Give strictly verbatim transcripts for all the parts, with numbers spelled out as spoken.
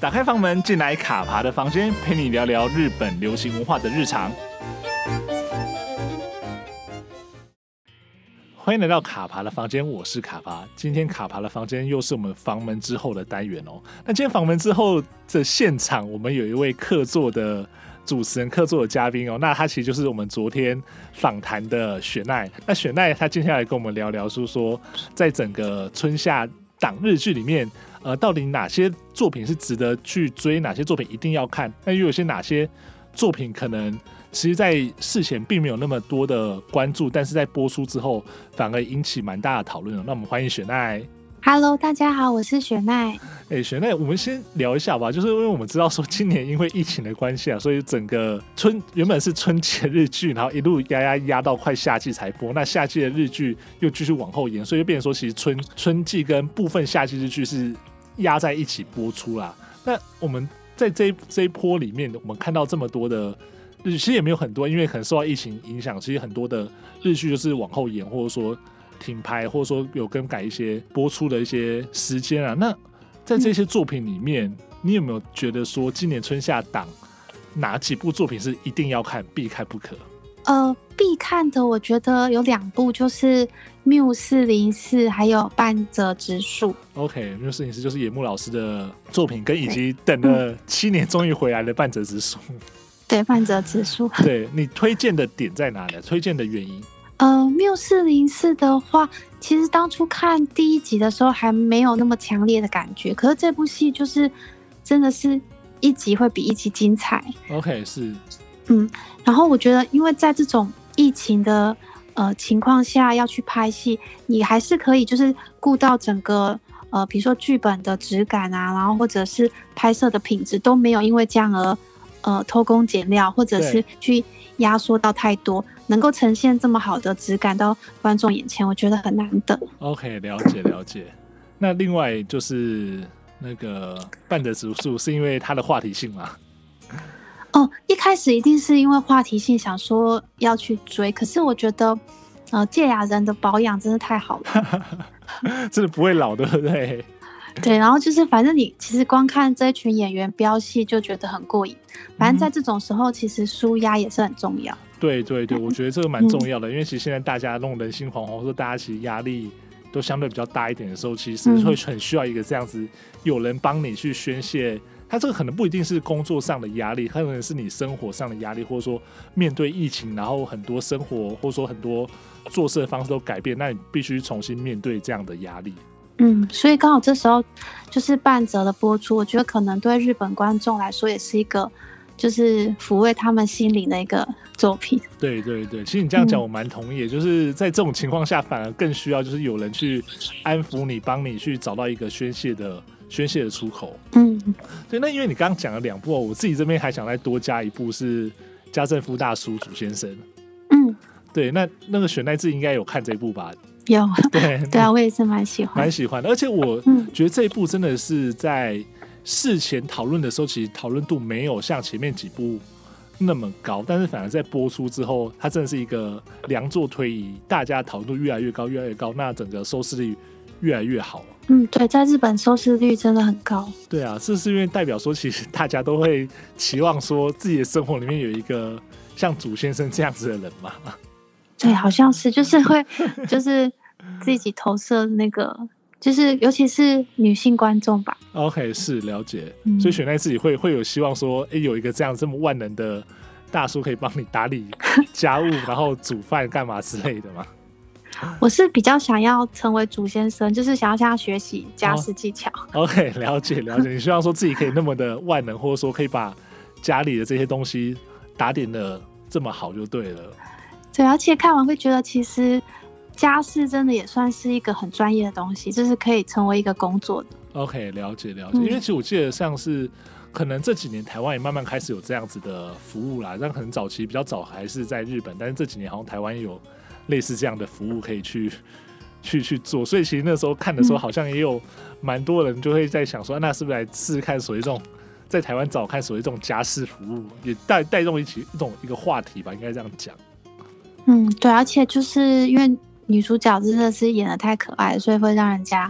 打开房门，进来卡爬的房间，陪你聊聊日本流行文化的日常。欢迎来到卡爬的房间，我是卡爬。今天卡爬的房间又是我们房门之后的单元哦。那今天房门之后的现场，我们有一位客座的主持人、客座的嘉宾哦。那他其实就是我们昨天访谈的雪奈。那雪奈他接下来跟我们聊聊，说说在整个春夏档日剧里面，呃，到底哪些作品是值得去追，哪些作品一定要看？那又有些哪些作品可能其实在事前并没有那么多的关注，但是在播出之后反而引起蛮大的讨论。那我们欢迎雪奈。 Hello， 大家好，我是雪奈。 欸，雪奈，我们先聊一下吧，就是因为我们知道说今年因为疫情的关系啊，所以整个春原本是春节日剧，然后一路压压压到快夏季才播，那夏季的日剧又继续往后延，所以就变成说其实春春季跟部分夏季日剧是压在一起播出啦。那我们在这一这一波里面，我们看到这么多的日剧，其实也没有很多，因为可能受到疫情影响，其实很多的日剧就是往后延，或者说停拍，或者说有更改一些播出的一些时间啊。那在这些作品里面，你有没有觉得说今年春夏档哪几部作品是一定要看、必看不可？ 呃，必看的我觉得有两部，就是《缪四零四》还有《半泽直树》。 OK，《缪四零四》就是野木老师的作品，跟以及等了七年终于回来的《半泽直树》。 对，《半泽直树》。 对，你推荐的点在哪里？推荐的原因？ 呃，缪四零四的话，其实当初看第一集的时候还没有那么强烈的感觉，可是这部戏就是真的是一集会比一集精彩。 OK， 是， 嗯，然后我觉得，因为在这种疫情的呃情况下要去拍戏，你还是可以就是顾到整个呃，比如说剧本的质感啊，然后或者是拍摄的品质都没有因为这样而呃偷工减料，或者是去压缩到太多。能够呈现这么好的质感到观众眼前，我觉得很难得。 OK， 了解了解。那另外就是那个半泽直树，是因为它的话题性吗？ 哦，一开始一定是因为话题性想说要去追，可是我觉得，呃，芥雅人的保养真的太好了， 真的不会老，对不对？ 对，然后就是反正你其实光看这群演员飙戏就觉得很过瘾。反正在这种时候，其实抒压也是很重要。 对对对，我觉得这个蛮重要的，嗯、因为其实现在大家那种人心惶惶，或者大家其实压力都相对比较大一点的时候，其实会很需要一个这样子有人帮你去宣泄。他这个可能不一定是工作上的压力，可能是你生活上的压力，或者说面对疫情，然后很多生活或者说很多做事的方式都改变，那你必须重新面对这样的压力。 嗯，所以刚好这时候就是半泽的播出，我觉得可能对日本观众来说也是一个就是抚慰他们心灵的一个作品。 对对对，其实你这样讲我蛮同意、嗯、就是在这种情况下反而更需要就是有人去安抚你，帮你去找到一个宣泄的宣泄的出口。 嗯， 对，那因为你刚刚讲了两部、哦、我自己这边还想再多加一部是家政夫大叔祖先生。 嗯， 对，那那个雪奈自己应该有看这部吧？ 有， 对对啊，我也是蛮喜欢， 蛮喜欢的。而且我觉得这一部真的是在事前讨论的时候，其实讨论度没有像前面几部那么高，但是反而在播出之后，它真的是一个良作推移，大家讨论度越来越高，越来越高，那整个收视率越来越好。 嗯，对，在日本收视率真的很高。 对啊，这是因为代表说，其实大家都会期望说自己的生活里面有一个像祖先生这样子的人嘛。 对，好像是，就是会，就是自己投射那个，就是尤其是女性观众吧。 OK， 是了解， 嗯、 所以雪奈自己会会有希望说，哎，有一个这样这么万能的大叔可以帮你打理家务，然后煮饭干嘛之类的吗？ 我是比较想要成为祖先生，就是想要向他学习家事技巧。 哦、OK， 了解了解，你希望说自己可以那么的万能，或者说可以把家里的这些东西打点的这么好就对了。 对，而且看完会觉得其实家事真的也算是一个很专业的东西，就是可以成为一个工作的。 OK， 了解了解、嗯、因为其实我记得像是可能这几年台湾也慢慢开始有这样子的服务啦，但可能早期比较早还是在日本，但是这几年好像台湾也有类似这样的服务可以去去去做，所以其实那时候看的时候好像也有蛮多人就会在想说、啊、那是不是来试试看所谓这种在台湾找看所谓这种家事服务，也带带动一起一种一个话题吧，应该这样讲。 嗯，对，而且就是因为女主角真的是演得太可爱了，所以会让人家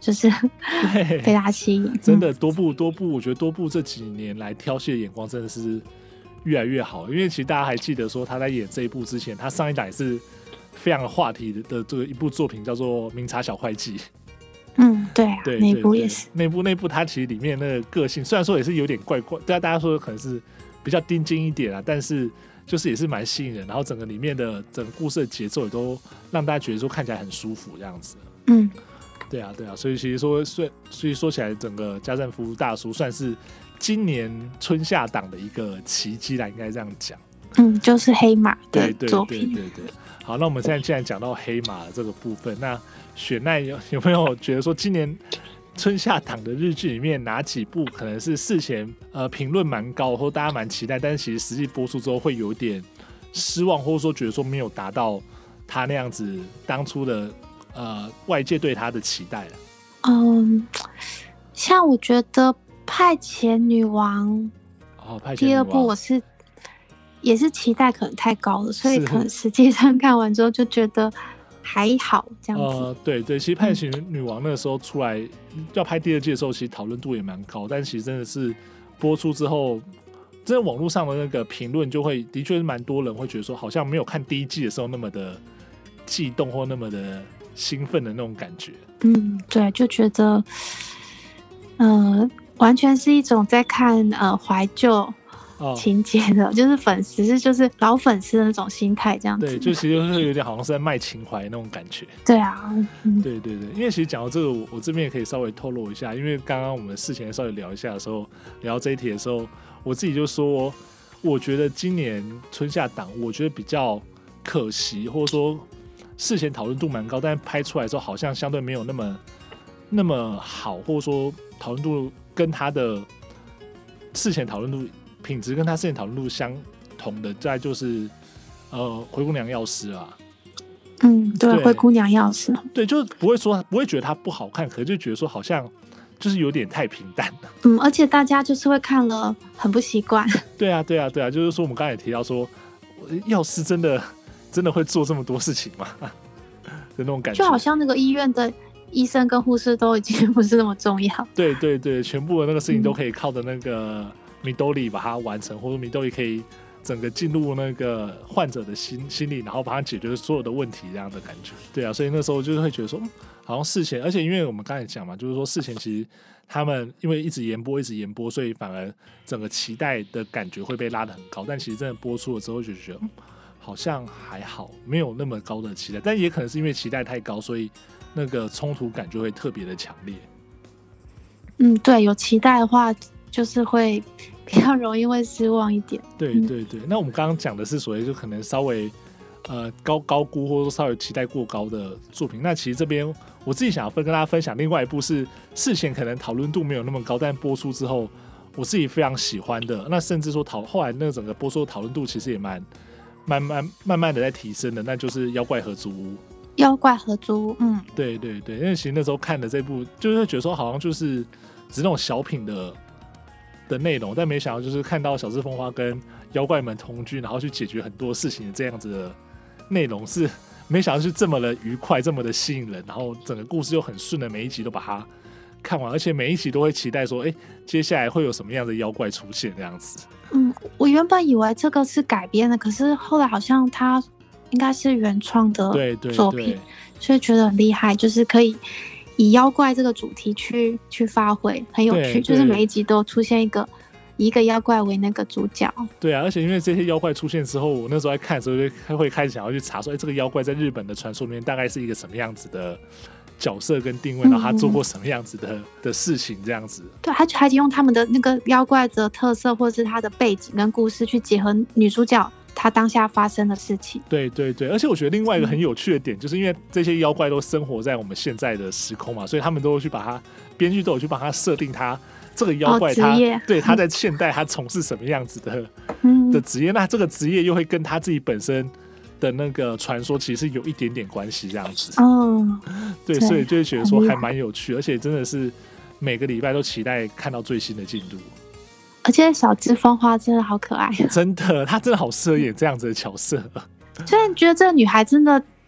就是被他吸引。 真的多部多部，我觉得多部这几年来挑戏的眼光真的是越来越好。因为其实大家还记得说他在演这一部之前，他上一档也是非常有话题的这个一部作品叫做《明察小会计》。 嗯，对啊， 对， 那一部也是。 那部那部他其实里面那个个性，虽然说也是有点怪怪，大家说可能是比较钉钉一点啊，但是就是也是蛮吸引人。然后整个里面的整个故事的节奏也都让大家觉得说看起来很舒服这样子。 嗯， 对啊，对啊，所以其实说，所以说起来，整个家政夫大叔算是今年春夏档的一个奇迹啦，应该这样讲。 嗯，就是黑马的作品。 对对对对对。好，那我们现在既然讲到黑马的这个部分，那雪奈有有没有觉得说，今年春夏档的日剧里面哪几部可能是事前呃评论蛮高，或大家蛮期待，但是其实实际播出之后会有点失望，或者说觉得说没有达到他那样子当初的呃外界对他的期待了？ 嗯，像我觉得《派遣女王》 哦，派遣女王第二部我是也是期待可能太高了，所以可能实际上看完之后就觉得还好这样子。 呃，对对，其实《派遣女王》那个时候出来、嗯、要拍第二季的时候，其实讨论度也蛮高，但其实真的是播出之后，真的网络上的那个评论就会，的确是蛮多人会觉得说，好像没有看第一季的时候那么的悸动或那么的兴奋的那种感觉。 嗯，对，就觉得，呃，完全是一种在看呃怀旧情节的，哦、就是粉丝就是老粉丝的那种心态这样子。 对，就其实有点好像是在卖情怀那种感觉。 对啊、 嗯，对对对，因为其实讲到这个，我我这边也可以稍微透露一下，因为刚刚我们事前稍微聊一下的时候，聊这一题的时候，我自己就说，我觉得今年春夏档，我觉得比较可惜，或者说事前讨论度蛮高，但是拍出来的时候好像相对没有那么那么好，或者说讨论度跟他的事前讨论度。品质跟他事前讨论度相同的，再就是呃灰姑娘药师啊， 嗯，对，灰姑娘药师， 对，就不会说不会觉得它不好看，可是就觉得说好像就是有点太平淡了。 嗯，而且大家就是会看了很不习惯。 对啊，对啊，对啊，就是说我们刚才也提到说，药师真的真的会做这么多事情吗？的那种感觉， 就好像那个医院的医生跟护士都已经不是那么重要。 对对对，全部的那个事情都可以靠的那个。嗯米多里把它完成，或者米多里可以整个进入那个患者的心心里，然后帮他解决所有的问题，这样的感觉。对啊，所以那时候就是会觉得说，嗯、好像事前，而且因为我们刚才讲嘛，就是说事前其实他们因为一直延播，一直延播，所以反而整个期待的感觉会被拉得很高。但其实真的播出了之后，就觉得、嗯、好像还好，没有那么高的期待。但也可能是因为期待太高，所以那个冲突感就会特别的强烈。 嗯，对，有期待的话，就是会比较容易会失望一点。 对对对，嗯、那我们刚刚讲的是所谓就可能稍微呃高高估或者说稍微期待过高的作品。那其实这边我自己想要分跟大家分享另外一部是事前可能讨论度没有那么高，但播出之后我自己非常喜欢的。那甚至说讨后来那个整个播出的讨论度其实也蛮慢慢慢慢的在提升的，那就是《妖怪合租屋》。 妖怪合租屋，嗯， 对对对，因为其实那时候看的这部，就是觉得说好像就是只是那种小品的。的内容，但没想到就是看到小芝风花跟妖怪们同居，然后去解决很多事情的这样子的内容，是没想到是这么的愉快，这么的吸引人，然后整个故事又很顺的，每一集都把它看完，而且每一集都会期待说，哎、欸，接下来会有什么样的妖怪出现这样子。 嗯，我原本以为这个是改编的，可是后来好像它应该是原创的作品，对对对，所以觉得很厉害，就是可以。以妖怪这个主题去去发挥，很有趣，就是每一集都出现一个以一个妖怪为那个主角。对啊，而且因为这些妖怪出现之后，我那时候在看的时候就会开始想要去查说，哎、欸，这个妖怪在日本的传说里面大概是一个什么样子的角色跟定位，然后他做过什么样子的、嗯、的事情，这样子。 对，他还用他们的那个妖怪的特色，或是他的背景跟故事去结合女主角。他当下发生的事情， 对对对，而且我觉得另外一个很有趣的点，嗯、就是因为这些妖怪都生活在我们现在的时空嘛，所以他们都会去把它，编剧都有去帮他设定他这个妖怪他，他、哦、对他在现代他从事什么样子的、嗯、的职业，那这个职业又会跟他自己本身的那个传说其实有一点点关系，这样子。哦，对，所以就会觉得说还蛮有趣，而且真的是每个礼拜都期待看到最新的进度。 而且小芝风花真的好可爱， 真的，她真的好适合演这样子的角色。 虽然觉得这个女孩真的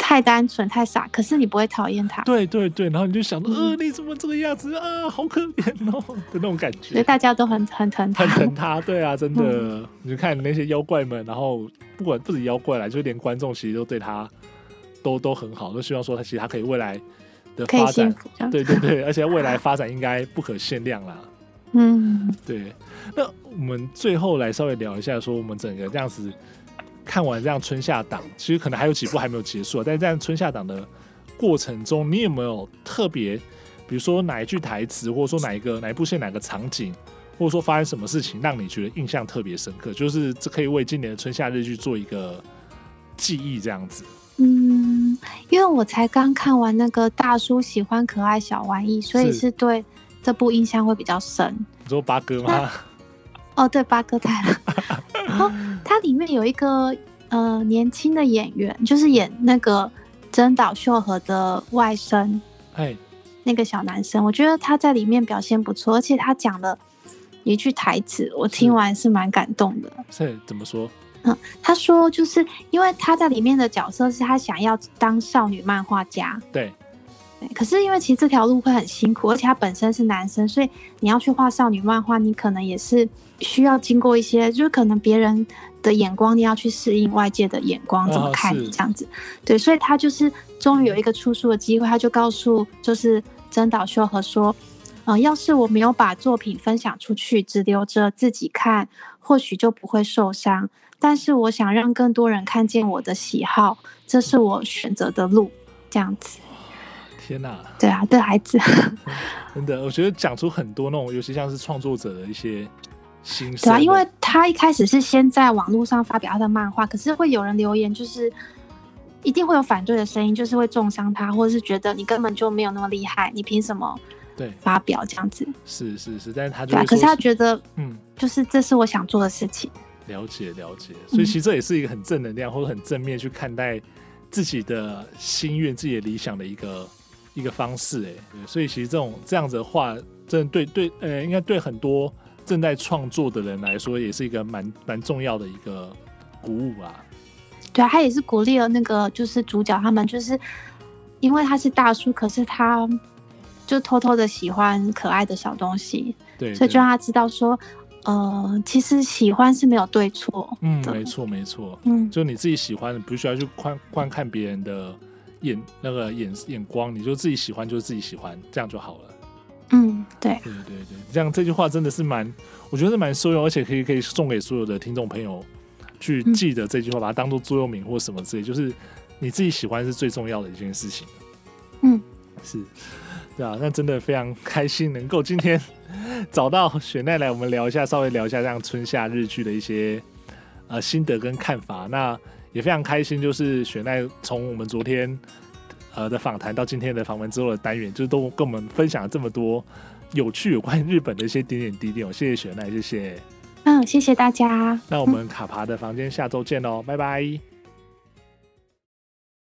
太单纯太傻，可是你不会讨厌他。 对对对，然后你就想到，嗯、呃，你怎么这个样子啊，好可怜哦的那种感觉。 所以大家都很很疼他， 很疼他。对啊，真的，嗯、你就看那些妖怪们，然后不管不止妖怪啦，就连观众其实都对他都都很好，都希望说他其实他可以未来的发展，对对对，而且未来发展应该不可限量啦。 嗯， 对。那我们最后来稍微聊一下，说我们整个这样子看完这样春夏档，其实可能还有几部还没有结束，但是在春夏档的过程中，你有没有特别，比如说哪一句台词，或者说哪一个哪一部戏哪个场景，或者说发生什么事情让你觉得印象特别深刻，就是这可以为今年的春夏日剧做一个记忆这样子。 嗯，因为我才刚看完那个大叔喜欢可爱小玩意，所以是对这部印象会比较深。 你说八哥吗？ 哦，对，八哥太郎。然后它里面有一个呃年轻的演员，就是演那个真岛秀和的外甥，那个小男生，我觉得他在里面表现不错，而且他讲了一句台词，我听完是蛮感动的。 是怎么说？ 嗯，他说就是因为他在里面的角色是他想要当少女漫画家， 对， 对，可是因为其实这条路会很辛苦，而且他本身是男生，所以你要去画少女漫画，你可能也是需要经过一些，就是可能别人的眼光，你要去适应外界的眼光怎么看你这样子。哦、对，所以他就是终于有一个出书的机会，他就告诉就是真岛秀和说，呃，要是我没有把作品分享出去，只留着自己看，或许就不会受伤。但是我想让更多人看见我的喜好，这是我选择的路，这样子。 天哪！ 对啊，对孩子， 真的，我觉得讲出很多那种，尤其像是创作者的一些心声。 对啊，因为他一开始是先在网络上发表他的漫画，可是会有人留言，就是一定会有反对的声音，就是会中伤他，或者是觉得你根本就没有那么厉害，你凭什么发表这样子？ 是是是，但是他就对、啊，可是他觉得， 嗯， 就是这是我想做的事情。 了解了解，所以其实这也是一个很正能量、嗯、或者很正面去看待自己的心愿、自己的理想的一个一个方式，哎，所以其实这种这样子的话，真的对对，呃，应该对很多正在创作的人来说，也是一个蛮蛮重要的一个鼓舞啊。 对啊，他也是鼓励了那个就是主角他们，就是因为他是大叔，可是他就偷偷的喜欢可爱的小东西，对，所以就让他知道说。呃，其实喜欢是没有对错， 嗯，没错没错，嗯，就你自己喜欢的，不需要去观观看别人的眼那个眼眼光，你就自己喜欢就是自己喜欢，这样就好了。 嗯，对， 对对对，这样这句话真的是蛮，我觉得是蛮受用，而且可以可以送给所有的听众朋友去记得这句话，嗯、把它当做座右铭或什么之类，就是你自己喜欢是最重要的一件事情。 嗯， 是。对啊，那真的非常开心能够今天找到雪奈来我们聊一下，稍微聊一下这样春夏日剧的一些呃心得跟看法。那也非常开心，就是雪奈从我们昨天呃的访谈到今天的访问之后的单元，就是都跟我们分享了这么多有趣有关日本的一些点点滴滴。谢谢雪奈，谢谢。 嗯，谢谢大家。 那我们卡爬的房间下周见喽，拜拜。